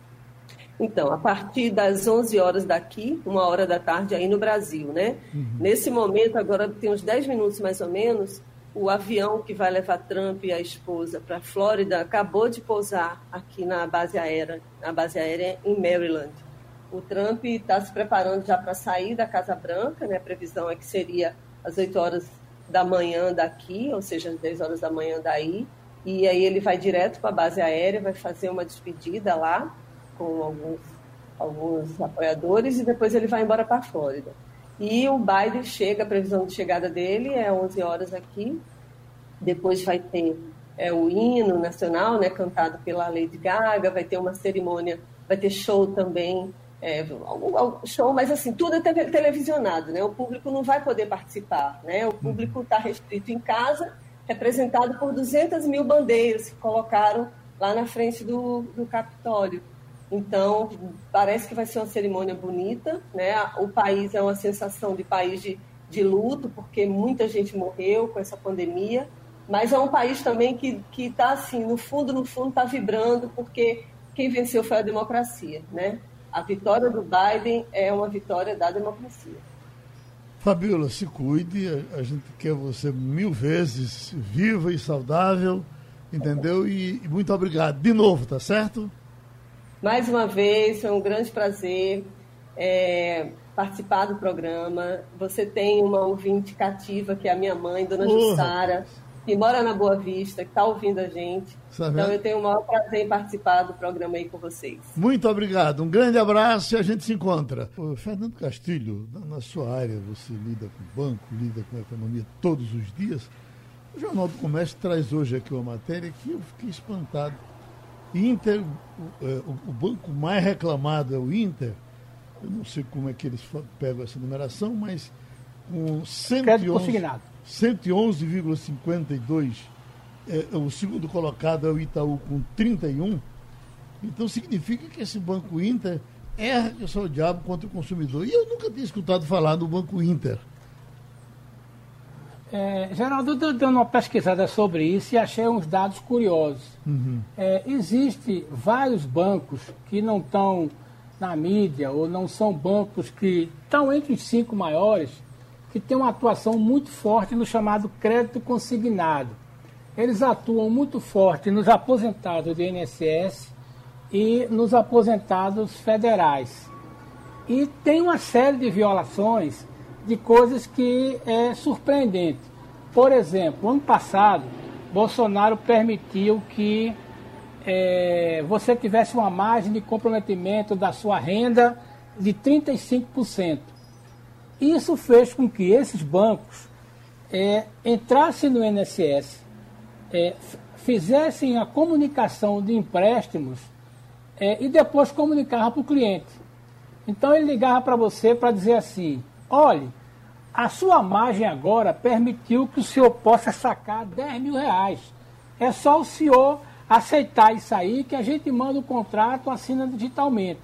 Então, a partir das onze horas daqui, uma hora da tarde aí no Brasil, né? Uhum. Nesse momento, agora tem uns dez minutos mais ou menos, o avião que vai levar Trump e a esposa para a Flórida acabou de pousar aqui na base aérea, na base aérea em Maryland. O Trump está se preparando já para sair da Casa Branca, né? A previsão é que seria às oito horas da manhã daqui, ou seja, às dez horas da manhã daí, e aí ele vai direto para a base aérea, vai fazer uma despedida lá, com alguns, alguns apoiadores, e depois ele vai embora para a Flórida. E o Biden chega, a previsão de chegada dele é onze horas aqui, depois vai ter é, o hino nacional, né, cantado pela Lady Gaga, vai ter uma cerimônia, vai ter show também, é, show, mas assim, tudo é televisionado, né, o público não vai poder participar, né, o público está restrito em casa, representado por duzentas mil bandeiras que colocaram lá na frente do, do Capitólio. Então, parece que vai ser uma cerimônia bonita, né? O país é uma sensação de país de, de luto, porque muita gente morreu com essa pandemia, mas é um país também que está, assim, no fundo, no fundo, está vibrando, porque quem venceu foi a democracia, né? A vitória do Biden é uma vitória da democracia. Fabíola, se cuide, a, a gente quer você mil vezes viva e saudável, entendeu? E, e muito obrigado de novo, tá certo? Mais uma vez, foi um grande prazer é, participar do programa. Você tem uma ouvinte cativa, que é a minha mãe, Dona Porra. Jussara, que mora na Boa Vista, que está ouvindo a gente. Sabe? Então, eu tenho o maior prazer em participar do programa aí com vocês. Muito obrigado. Um grande abraço e a gente se encontra. Ô, Fernando Castilho, na sua área, você lida com o banco, lida com a economia todos os dias. O Jornal do Comércio traz hoje aqui uma matéria que eu fiquei espantado. Inter, o, o, o banco mais reclamado é o Inter, eu não sei como é que eles pegam essa numeração, mas com cento e onze vírgula cinquenta e dois, é, o segundo colocado é o Itaú com trinta e um. Então significa que esse Banco Inter erra que só o diabo contra o consumidor. E eu nunca tinha escutado falar do Banco Inter. É, Geraldo, eu dando uma pesquisada sobre isso e achei uns dados curiosos. Uhum. É, Existem vários bancos que não estão na mídia ou não são bancos que estão entre os cinco maiores, que têm uma atuação muito forte no chamado crédito consignado. Eles atuam muito forte nos aposentados do I N S S e nos aposentados federais. E tem uma série de violações de coisas que é surpreendente. Por exemplo, ano passado, Bolsonaro permitiu que é, você tivesse uma margem de comprometimento da sua renda de trinta e cinco por cento. Isso fez com que esses bancos é, entrassem no I N S S, é, fizessem a comunicação de empréstimos é, e depois comunicavam para o cliente. Então ele ligava para você para dizer assim: olhe, a sua margem agora permitiu que o senhor possa sacar dez mil reais. É só o senhor aceitar isso aí que a gente manda o contrato, assina digitalmente.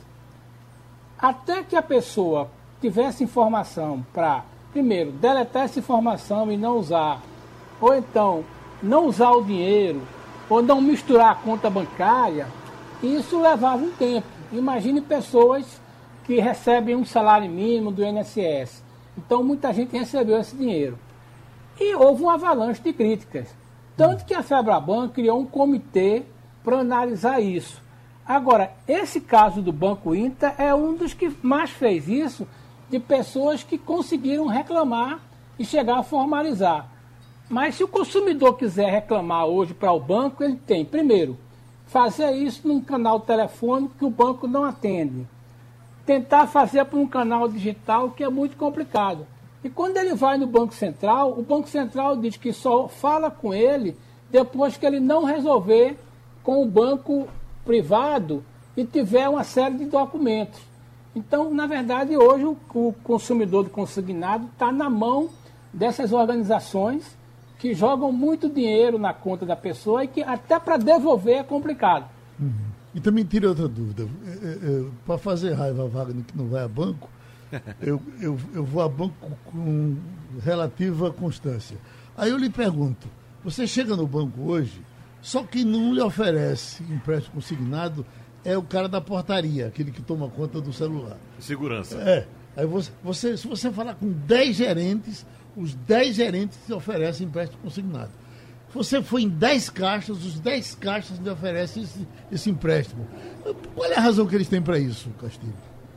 Até que a pessoa tivesse informação para, primeiro, deletar essa informação e não usar, ou então não usar o dinheiro, ou não misturar a conta bancária, isso levava um tempo. Imagine pessoas que recebem um salário mínimo do I N S S. Então, muita gente recebeu esse dinheiro. E houve uma avalanche de críticas. Tanto que a Febraban criou um comitê para analisar isso. Agora, esse caso do Banco Inter é um dos que mais fez isso, de pessoas que conseguiram reclamar e chegar a formalizar. Mas se o consumidor quiser reclamar hoje para o banco, ele tem, primeiro, fazer isso num canal telefônico que o banco não atende. Tentar fazer por um canal digital, que é muito complicado. E quando ele vai no Banco Central, o Banco Central diz que só fala com ele depois que ele não resolver com o banco privado e tiver uma série de documentos. Então, na verdade, hoje o, o consumidor do consignado está na mão dessas organizações que jogam muito dinheiro na conta da pessoa e que até para devolver é complicado. Uhum. E também tira outra dúvida. É, é, é, para fazer raiva a Wagner que não vai a banco, eu, eu, eu vou a banco com relativa constância. Aí eu lhe pergunto, você chega no banco hoje, só que não lhe oferece empréstimo consignado é o cara da portaria, aquele que toma conta do celular. Segurança. É. Aí você, você, se você falar com dez gerentes, os dez gerentes te oferecem empréstimo consignado. Você foi em dez caixas, os dez caixas lhe oferecem esse, esse empréstimo. Qual é a razão que eles têm para isso, Castilho?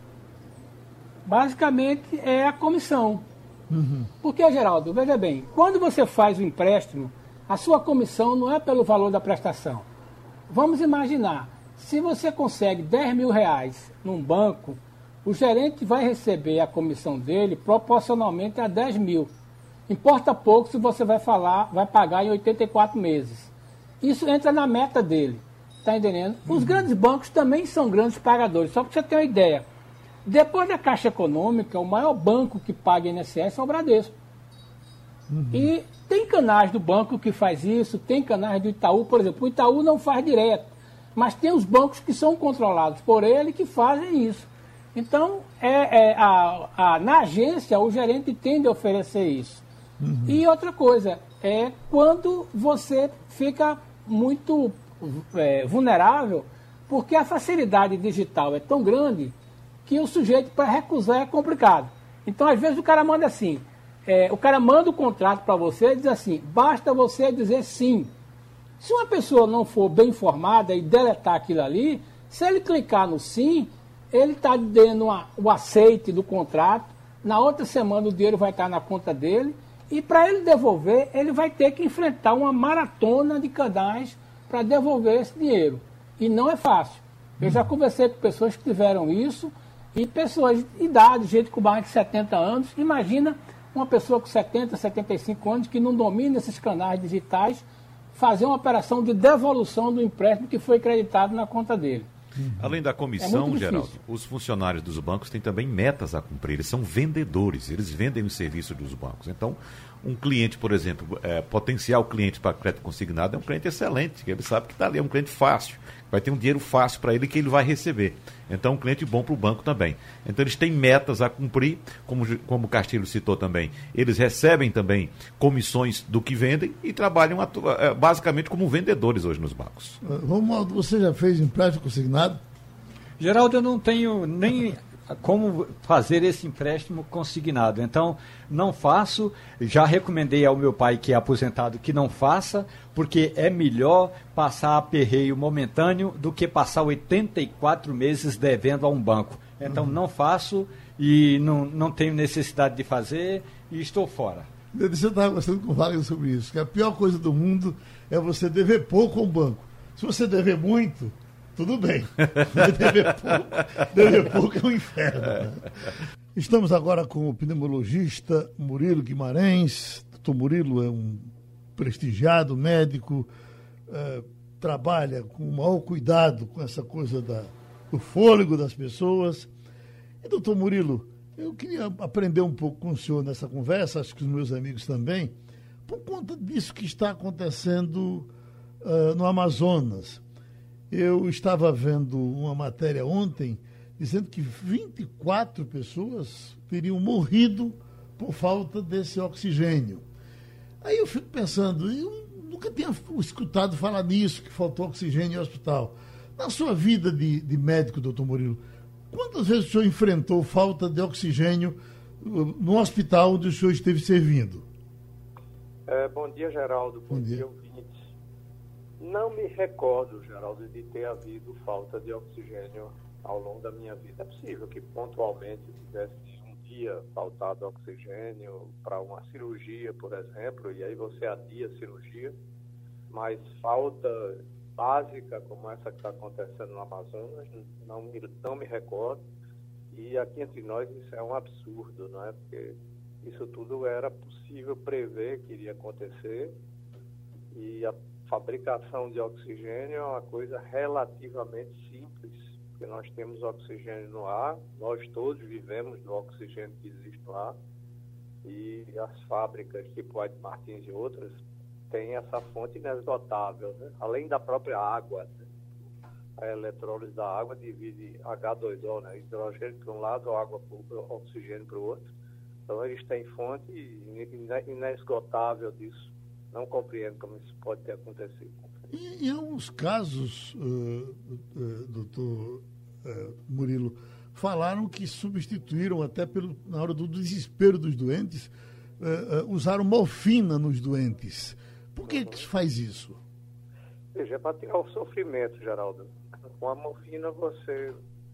Basicamente é a comissão. Uhum. Porque, Geraldo, veja bem, quando você faz o empréstimo, a sua comissão não é pelo valor da prestação. Vamos imaginar, se você consegue dez mil reais num banco, o gerente vai receber a comissão dele proporcionalmente a dez mil. Importa pouco se você vai falar, vai pagar em oitenta e quatro meses. Isso entra na meta dele, está entendendo? Os uhum. grandes bancos também são grandes pagadores, só para você ter uma ideia. Depois da Caixa Econômica, o maior banco que paga I N S S é o Bradesco. Uhum. E tem canais do banco que faz isso, tem canais do Itaú, por exemplo. O Itaú não faz direto, mas tem os bancos que são controlados por ele que fazem isso. Então, é, é, a, a, na agência, o gerente tende a oferecer isso. Uhum. E outra coisa, é quando você fica muito é, vulnerável, porque a facilidade digital é tão grande que o sujeito para recusar é complicado. Então, às vezes, o cara manda assim, é, o cara manda o contrato para você e diz assim, basta você dizer sim. Se uma pessoa não for bem informada e deletar aquilo ali, se ele clicar no sim, ele está dando uma, o aceite do contrato, na outra semana o dinheiro vai estar na conta dele, e para ele devolver, ele vai ter que enfrentar uma maratona de canais para devolver esse dinheiro. E não é fácil. Eu já conversei com pessoas que tiveram isso, e pessoas de idade, gente com mais de setenta anos. Imagina uma pessoa com setenta, setenta e cinco anos que não domina esses canais digitais, fazer uma operação de devolução do empréstimo que foi creditado na conta dele. Uhum. Além da comissão, é Geraldo, os funcionários dos bancos têm também metas a cumprir. Eles são vendedores, eles vendem os serviços dos bancos. Então, um cliente, por exemplo, é, potencial cliente para crédito consignado é um cliente excelente, que ele sabe que está ali, é um cliente fácil, vai ter um dinheiro fácil para ele que ele vai receber. Então, é um cliente bom para o banco também. Então, eles têm metas a cumprir, como, como o Castilho citou também. Eles recebem também comissões do que vendem e trabalham basicamente como vendedores hoje nos bancos. Romualdo, você já fez empréstimo consignado? Geraldo, eu não tenho nem como fazer esse empréstimo consignado. Então, não faço. Já recomendei ao meu pai, que é aposentado, que não faça, porque é melhor passar aperreio momentâneo do que passar oitenta e quatro meses devendo a um banco. Então, uhum. não faço e não, não tenho necessidade de fazer e estou fora. Eu estava conversando com o Wagner sobre isso, que a pior coisa do mundo é você dever pouco ao banco. Se você dever muito, tudo bem. Dever pouco, dever pouco é um inferno. Né? Estamos agora com o pneumologista Murilo Guimarães. doutor Murilo é um prestigiado médico, é, trabalha com o maior cuidado com essa coisa da, do fôlego das pessoas. E, doutor Murilo, eu queria aprender um pouco com o senhor nessa conversa, acho que os meus amigos também, por conta disso que está acontecendo uh, no Amazonas. Eu estava vendo uma matéria ontem dizendo que vinte e quatro pessoas teriam morrido por falta desse oxigênio. Aí eu fico pensando, eu nunca tinha escutado falar nisso, que faltou oxigênio em hospital. Na sua vida de, de médico, doutor Murilo, quantas vezes o senhor enfrentou falta de oxigênio no hospital onde o senhor esteve servindo? É, bom dia, Geraldo. Bom, bom dia, dia ouvintes. Não me recordo, Geraldo, de ter havido falta de oxigênio ao longo da minha vida. É possível que pontualmente tivesse um dia faltado oxigênio para uma cirurgia, por exemplo, e aí você adia a cirurgia, mas falta básica como essa que está acontecendo no Amazonas, não me, não me recordo. E aqui entre nós isso é um absurdo, não é? Porque isso tudo era possível prever que iria acontecer, e a fabricação de oxigênio é uma coisa relativamente simples, porque nós temos oxigênio no ar, nós todos vivemos do oxigênio que existe no ar, e as fábricas tipo White Martins e outras têm essa fonte inesgotável, né? Além da própria água, né? A eletrólise da água divide agá dois ó, né? Hidrogênio para um lado, água para o oxigênio para o outro. Então eles têm fonte inesgotável disso. Não compreendo como isso pode ter acontecido. E, em alguns casos, uh, uh, doutor uh, Murilo, falaram que substituíram até pelo, na hora do desespero dos doentes, uh, uh, usaram morfina nos doentes. Por que, uhum. que faz isso? Veja, é para tirar o sofrimento, Geraldo. Com a morfina, você,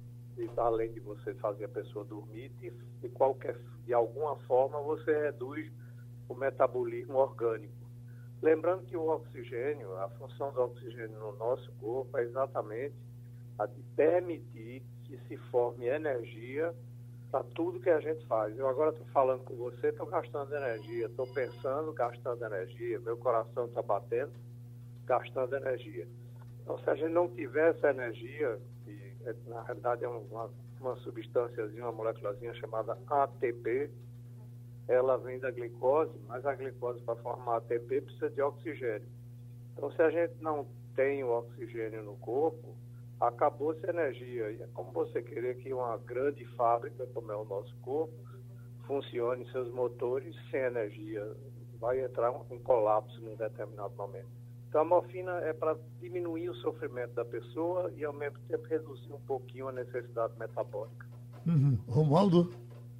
além de você fazer a pessoa dormir, de, de, qualquer, de alguma forma você reduz o metabolismo orgânico. Lembrando que o oxigênio, a função do oxigênio no nosso corpo é exatamente a de permitir que se forme energia para tudo que a gente faz. Eu agora estou falando com você, estou gastando energia, estou pensando, gastando energia, meu coração está batendo, gastando energia. Então, se a gente não tiver essa energia, que na realidade é uma, uma substânciazinha, uma moléculazinha chamada A T P, ela vem da glicose, mas a glicose, para formar A T P, precisa de oxigênio. Então, se a gente não tem o oxigênio no corpo, acabou-se a energia. E é como você querer que uma grande fábrica, como é o nosso corpo, funcione seus motores sem energia. Vai entrar um, um colapso num determinado momento. Então, a morfina é para diminuir o sofrimento da pessoa e, ao mesmo tempo, reduzir um pouquinho a necessidade metabólica. Uhum. Romualdo?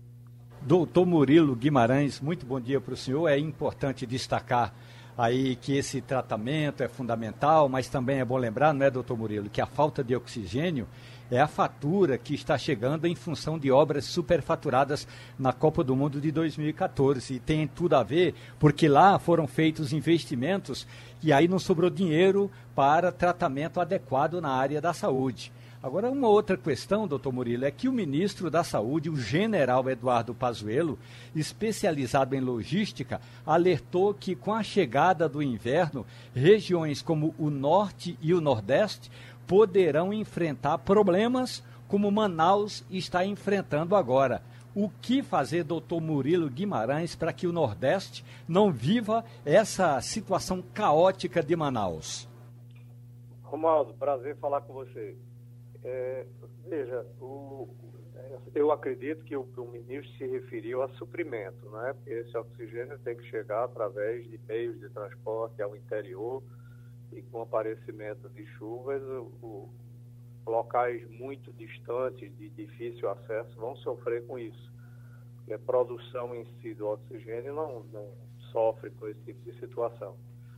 Doutor Murilo Guimarães, muito bom dia para o senhor. É importante destacar aí que esse tratamento é fundamental, mas também é bom lembrar, não é, doutor Murilo, que a falta de oxigênio é a fatura que está chegando em função de obras superfaturadas na Copa do Mundo de dois mil e quatorze. E tem tudo a ver, porque lá foram feitos investimentos e aí não sobrou dinheiro para tratamento adequado na área da saúde. Agora, uma outra questão, doutor Murilo, é que o ministro da Saúde, o general Eduardo Pazuello, especializado em logística, alertou que com a chegada do inverno, regiões como o Norte e o Nordeste poderão enfrentar problemas como Manaus está enfrentando agora. O que fazer, doutor Murilo Guimarães, para que o Nordeste não viva essa situação caótica de Manaus? Romualdo, prazer falar com você. É, veja, o, eu acredito que o, o ministro se referiu a suprimento, né? Porque esse oxigênio tem que chegar através de meios de transporte ao interior e com o aparecimento de chuvas, o, o, locais muito distantes, de difícil acesso, vão sofrer com isso. Porque a produção em si do oxigênio não, não sofre com esse tipo de situação.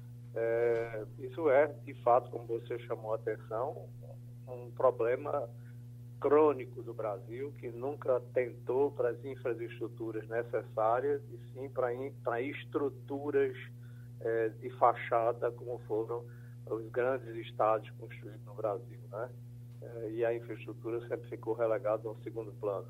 É, isso é, de fato, como você chamou a atenção, um problema crônico do Brasil, que nunca tentou para as infraestruturas necessárias, e sim para estruturas é, de fachada, como foram os grandes estádios construídos no Brasil, né? É, e a infraestrutura sempre ficou relegada ao segundo plano.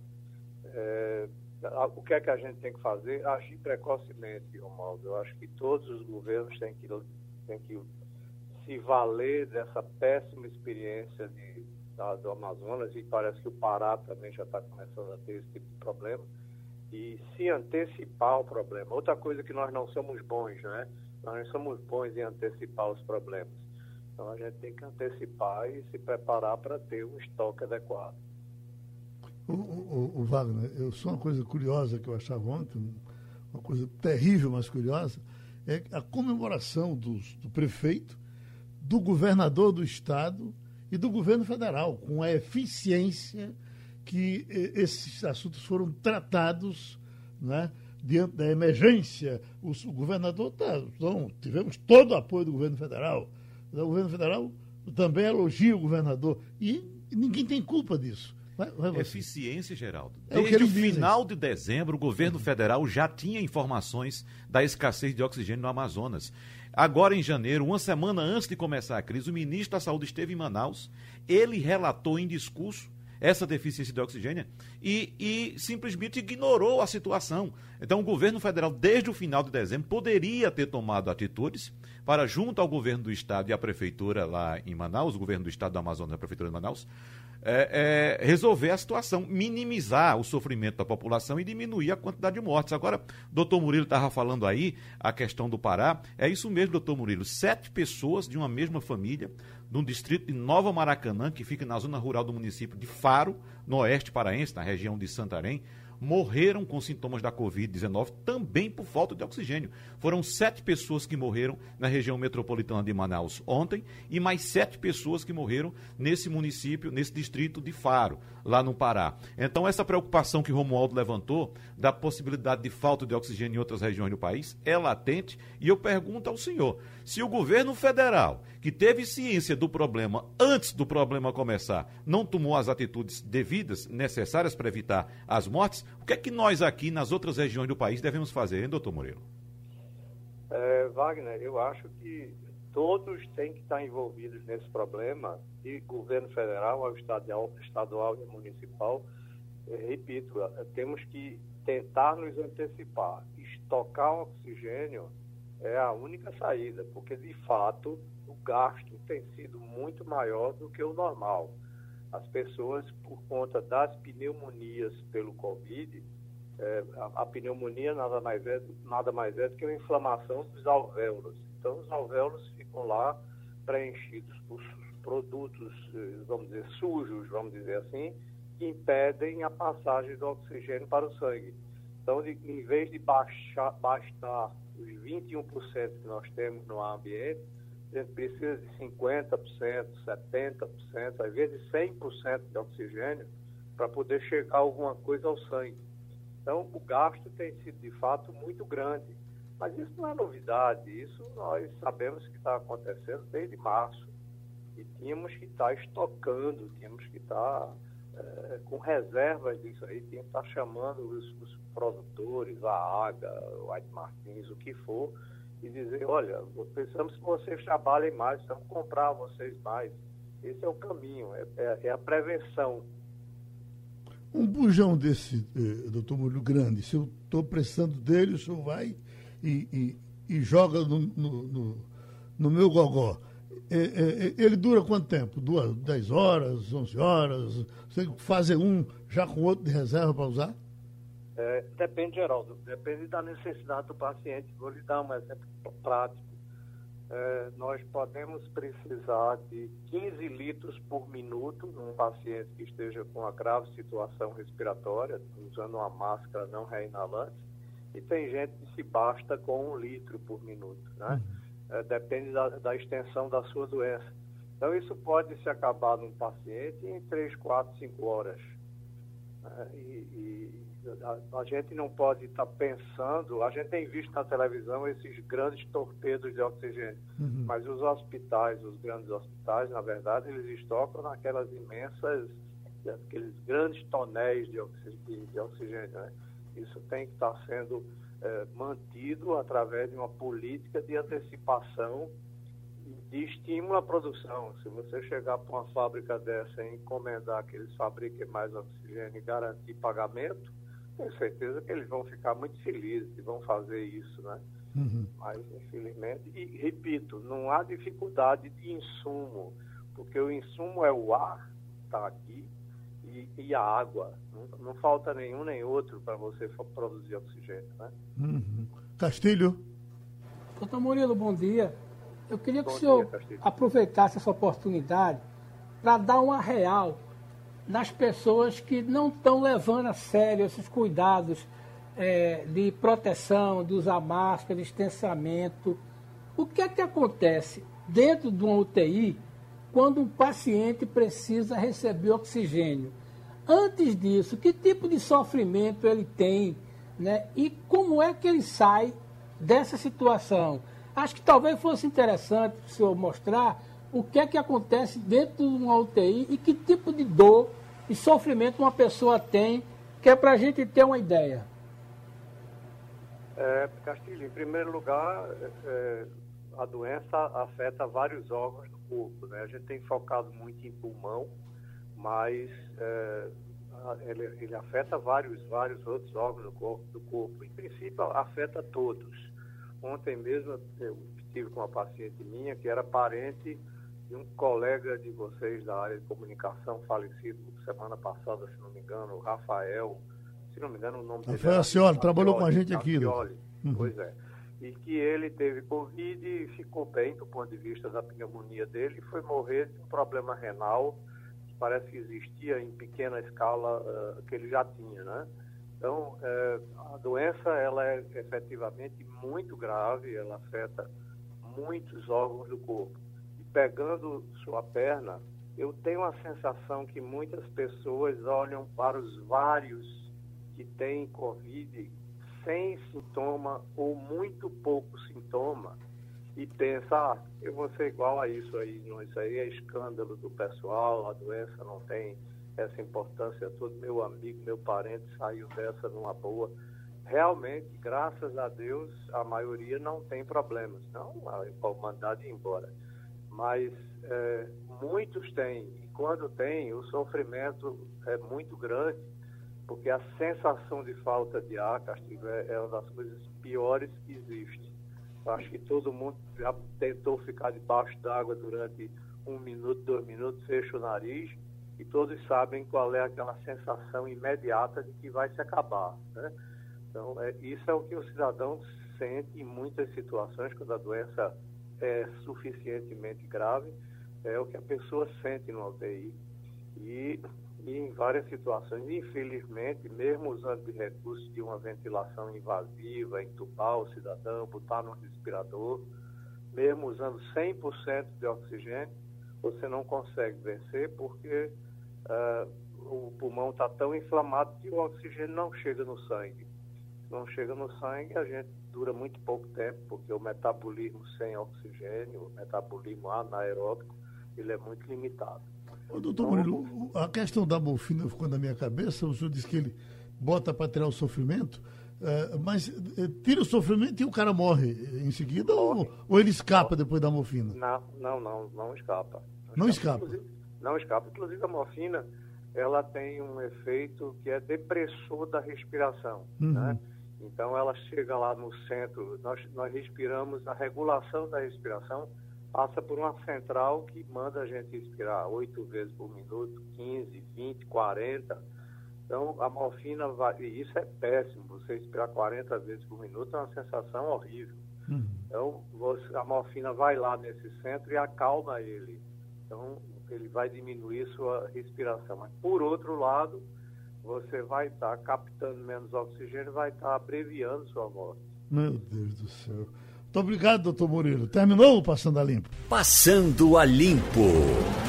É, o que é que a gente tem que fazer? Agir precocemente, Romualdo. Eu acho que todos os governos têm que, têm que se valer dessa péssima experiência de, da, do Amazonas, e parece que o Pará também já está começando a ter esse tipo de problema, e se antecipar ao problema. Outra coisa que nós não somos bons, né? Nós não somos bons em antecipar os problemas. Então a gente tem que antecipar e se preparar para ter um estoque adequado. O, o, o Wagner, eu só uma coisa curiosa que eu achava ontem, uma coisa terrível, mas curiosa, é a comemoração dos, do prefeito, do governador do estado e do governo federal, com a eficiência que eh, esses assuntos foram tratados, né, diante da emergência. O, o governador tá, então, tivemos todo o apoio do governo federal. O governo federal também elogia o governador e ninguém tem culpa disso. Vai, vai Eficiência, Geraldo. É Desde o, o final de dezembro, o governo federal já tinha informações da escassez de oxigênio no Amazonas. Agora, em janeiro, uma semana antes de começar a crise, o ministro da Saúde esteve em Manaus, ele relatou em discurso essa deficiência de oxigênio e, e simplesmente ignorou a situação. Então, o governo federal, desde o final de dezembro, poderia ter tomado atitudes para, junto ao governo do estado e à prefeitura lá em Manaus, o governo do estado do Amazonas e a prefeitura de Manaus, É, é, resolver a situação, minimizar o sofrimento da população e diminuir a quantidade de mortes. Agora, doutor Murilo estava falando aí, a questão do Pará, é isso mesmo, doutor Murilo, sete pessoas de uma mesma família, no distrito de Nova Maracanã, que fica na zona rural do município de Faro, no oeste paraense, na região de Santarém, morreram com sintomas da covid dezenove, também por falta de oxigênio. Foram sete pessoas que morreram na região metropolitana de Manaus ontem e mais sete pessoas que morreram nesse município, nesse distrito de Faro, lá no Pará. Então, essa preocupação que Romualdo levantou da possibilidade de falta de oxigênio em outras regiões do país é latente, e eu pergunto ao senhor, se o governo federal, que teve ciência do problema antes do problema começar, não tomou as atitudes devidas, necessárias para evitar as mortes, o que é que nós aqui nas outras regiões do país devemos fazer, hein, doutor Murilo? É, Wagner, eu acho que todos têm que estar envolvidos nesse problema, de governo federal ao estadual, estadual e municipal. Eu repito, temos que tentar nos antecipar. Estocar oxigênio é a única saída, porque de fato o gasto tem sido muito maior do que o normal. As pessoas, por conta das pneumonias pelo Covid, é, a, a pneumonia nada mais, é, nada mais é do que uma inflamação dos alvéolos. Então, os alvéolos ficam lá preenchidos por produtos, vamos dizer, sujos, vamos dizer assim, que impedem a passagem do oxigênio para o sangue. Então, de, em vez de baixar, bastar os vinte e um por cento que nós temos no ar ambiente, a gente precisa de cinquenta por cento, setenta por cento, às vezes cem por cento de oxigênio para poder chegar alguma coisa ao sangue. Então, o gasto tem sido, de fato, muito grande. Mas isso não é novidade, isso nós sabemos que está acontecendo desde março. E tínhamos que estar estocando, tínhamos que estar é, com reservas disso aí, tínhamos que estar chamando os, os produtores, a AGA, o White Martins, o que for, e dizer, olha, precisamos que vocês trabalhem mais, precisamos comprar vocês mais. Esse é o caminho, é, é, é a prevenção. Um bujão desse, eh, doutor Murilo, grande, se eu estou precisando dele, o senhor vai e, e, e joga no, no, no, no meu gogó. é, é, ele dura quanto tempo? Duas, dez horas, onze horas? Você tem que fazer um já com outro de reserva para usar? É, depende, Geraldo. Depende da necessidade do paciente. Vou lhe dar um exemplo prático. É, nós podemos precisar de quinze litros por minuto num paciente que esteja com uma grave situação respiratória, usando uma máscara não reinalante, e tem gente que se basta com um litro por minuto, né? É, depende da, da extensão da sua doença. Então, isso pode se acabar num paciente em três, quatro, cinco horas. É, e, e a, a gente não pode estar tá pensando, a gente tem visto na televisão esses grandes torpedos de oxigênio, uhum. mas os hospitais, os grandes hospitais, na verdade, eles estocam naquelas imensas, aqueles grandes tonéis de, oxi, de, de oxigênio, né? Isso tem que estar sendo é, mantido através de uma política de antecipação de estímulo à produção. Se você chegar para uma fábrica dessa e encomendar que eles fabriquem mais oxigênio e garantir pagamento, tenho certeza que eles vão ficar muito felizes e vão fazer isso, né? Uhum. Mas, infelizmente, e repito, não há dificuldade de insumo, porque o insumo é o ar, está aqui, e, e a água. Não, não falta nenhum nem outro para você produzir oxigênio, né? Uhum. Castilho. Doutor Murilo, bom dia. Eu queria que bom o senhor dia, aproveitasse essa oportunidade para dar uma real nas pessoas que não estão levando a sério esses cuidados é, de proteção, de usar máscara, de distanciamento. O que é que acontece dentro de uma U T I quando um paciente precisa receber oxigênio? Antes disso, que tipo de sofrimento ele tem, né? E como é que ele sai dessa situação? Acho que talvez fosse interessante o senhor mostrar o que é que acontece dentro de uma U T I e que tipo de dor e sofrimento uma pessoa tem, que é para a gente ter uma ideia. É, Castilho, em primeiro lugar, é, a doença afeta vários órgãos do corpo, né? A gente tem focado muito em pulmão, mas é, ele, ele afeta vários, vários outros órgãos do corpo, do corpo. Em princípio, afeta todos. Ontem mesmo eu estive com uma paciente minha que era parente de um colega de vocês da área de comunicação, falecido semana passada, se não me engano, o Rafael, se não me engano o nome dele... Rafael Ascioli, trabalhou com a gente aqui. Uhum. Pois é. E que ele teve Covid e ficou bem do ponto de vista da pneumonia dele e foi morrer de um problema renal que parece que existia em pequena escala uh, que ele já tinha, né? Então, é, a doença, ela é efetivamente muito grave, ela afeta muitos órgãos do corpo. E pegando sua perna, eu tenho a sensação que muitas pessoas olham para os vários que têm Covid sem sintoma ou muito pouco sintoma e pensam, ah, eu vou ser igual a isso aí, não, isso aí é escândalo do pessoal, a doença não tem essa importância toda, meu amigo, meu parente saiu dessa numa boa. Realmente, graças a Deus, a maioria não tem problemas. Não, pode mandar de ir embora. Mas é, muitos têm. E quando tem, o sofrimento é muito grande, porque a sensação de falta de ar, Castilho, é, é uma das coisas piores que existe. Eu acho que todo mundo já tentou ficar debaixo d'água durante um minuto, dois minutos, fecha o nariz, e todos sabem qual é aquela sensação imediata de que vai se acabar, né? Então, é, isso é o que o cidadão sente em muitas situações, quando a doença é suficientemente grave, é o que a pessoa sente no U T I. E, e em várias situações, infelizmente, mesmo usando de recursos de uma ventilação invasiva, entubar o cidadão, botar no respirador, mesmo usando cem por cento de oxigênio, você não consegue vencer porque uh, o pulmão está tão inflamado que o oxigênio não chega no sangue. Não chega no sangue, a gente dura muito pouco tempo, porque o metabolismo sem oxigênio, o metabolismo anaeróbico, ele é muito limitado. Ô, doutor Murilo, a questão da morfina ficou na minha cabeça, o senhor disse que ele bota para tirar o sofrimento, uh, mas uh, tira o sofrimento e o cara morre em seguida ou, ou ele escapa morre. Depois da morfina? Não, não, não, não escapa. Não, não escapa? escapa. Não escapa. Inclusive a morfina, ela tem um efeito que é depressor da respiração, uhum. né? Então ela chega lá no centro, nós, nós respiramos, a regulação da respiração passa por uma central que manda a gente respirar oito vezes por minuto, quinze, vinte, quarenta. Então, a morfina vai... E isso é péssimo. Você respirar quarenta vezes por minuto é uma sensação horrível. Uhum. Então, você, a morfina vai lá nesse centro e acalma ele. Então, ele vai diminuir sua respiração. Mas, por outro lado, você vai estar tá captando menos oxigênio e vai estar tá abreviando sua morte. Meu Deus do céu. Muito obrigado, doutor Murilo. Terminou o Passando a Limpo? Passando a Limpo.